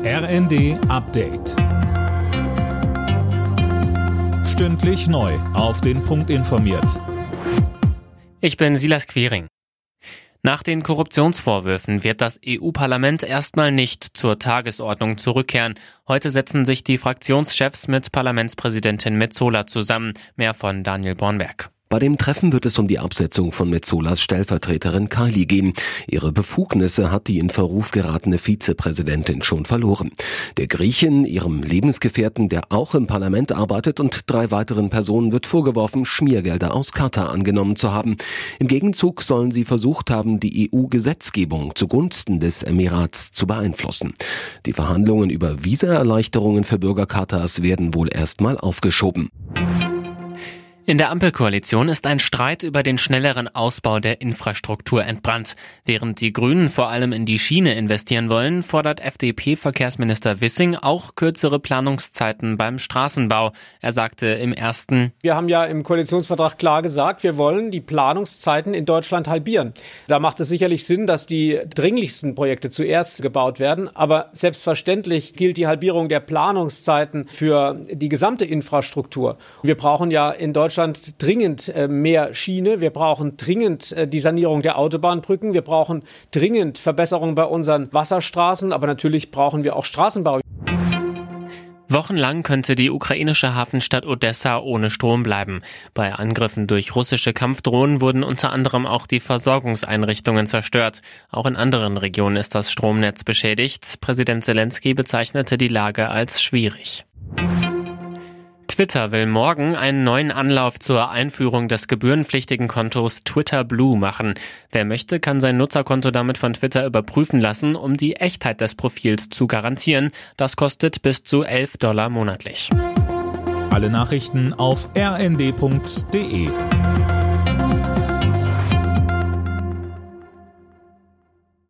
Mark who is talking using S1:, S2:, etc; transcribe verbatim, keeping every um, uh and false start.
S1: R N D Update. Stündlich neu auf den Punkt informiert.
S2: Ich bin Silas Quiring. Nach den Korruptionsvorwürfen wird das E U-Parlament erstmal nicht zur Tagesordnung zurückkehren. Heute setzen sich die Fraktionschefs mit Parlamentspräsidentin Metsola zusammen. Mehr von Daniel Bornberg.
S3: Bei dem Treffen wird es um die Absetzung von Metsolas Stellvertreterin Kaili gehen. Ihre Befugnisse hat die in Verruf geratene Vizepräsidentin schon verloren. Der Griechin, ihrem Lebensgefährten, der auch im Parlament arbeitet, und drei weiteren Personen wird vorgeworfen, Schmiergelder aus Katar angenommen zu haben. Im Gegenzug sollen sie versucht haben, die E U-Gesetzgebung zugunsten des Emirats zu beeinflussen. Die Verhandlungen über Visaerleichterungen für Bürger Katars werden wohl erstmal aufgeschoben.
S2: In der Ampelkoalition ist ein Streit über den schnelleren Ausbau der Infrastruktur entbrannt. Während die Grünen vor allem in die Schiene investieren wollen, fordert F D P-Verkehrsminister Wissing auch kürzere Planungszeiten beim Straßenbau. Er sagte im ersten:
S4: Wir haben ja im Koalitionsvertrag klar gesagt, wir wollen die Planungszeiten in Deutschland halbieren. Da macht es sicherlich Sinn, dass die dringlichsten Projekte zuerst gebaut werden. Aber selbstverständlich gilt die Halbierung der Planungszeiten für die gesamte Infrastruktur. Wir brauchen ja in Deutschland dringend mehr Schiene, wir brauchen dringend die Sanierung der Autobahnbrücken, wir brauchen dringend Verbesserungen bei unseren Wasserstraßen, aber natürlich brauchen wir auch Straßenbau.
S2: Wochenlang könnte die ukrainische Hafenstadt Odessa ohne Strom bleiben. Bei Angriffen durch russische Kampfdrohnen wurden unter anderem auch die Versorgungseinrichtungen zerstört. Auch in anderen Regionen ist das Stromnetz beschädigt. Präsident Zelensky bezeichnete die Lage als schwierig. Twitter will morgen einen neuen Anlauf zur Einführung des gebührenpflichtigen Kontos Twitter Blue machen. Wer möchte, kann sein Nutzerkonto damit von Twitter überprüfen lassen, um die Echtheit des Profils zu garantieren. Das kostet bis zu elf Dollar monatlich.
S1: Alle Nachrichten auf r n d punkt d e.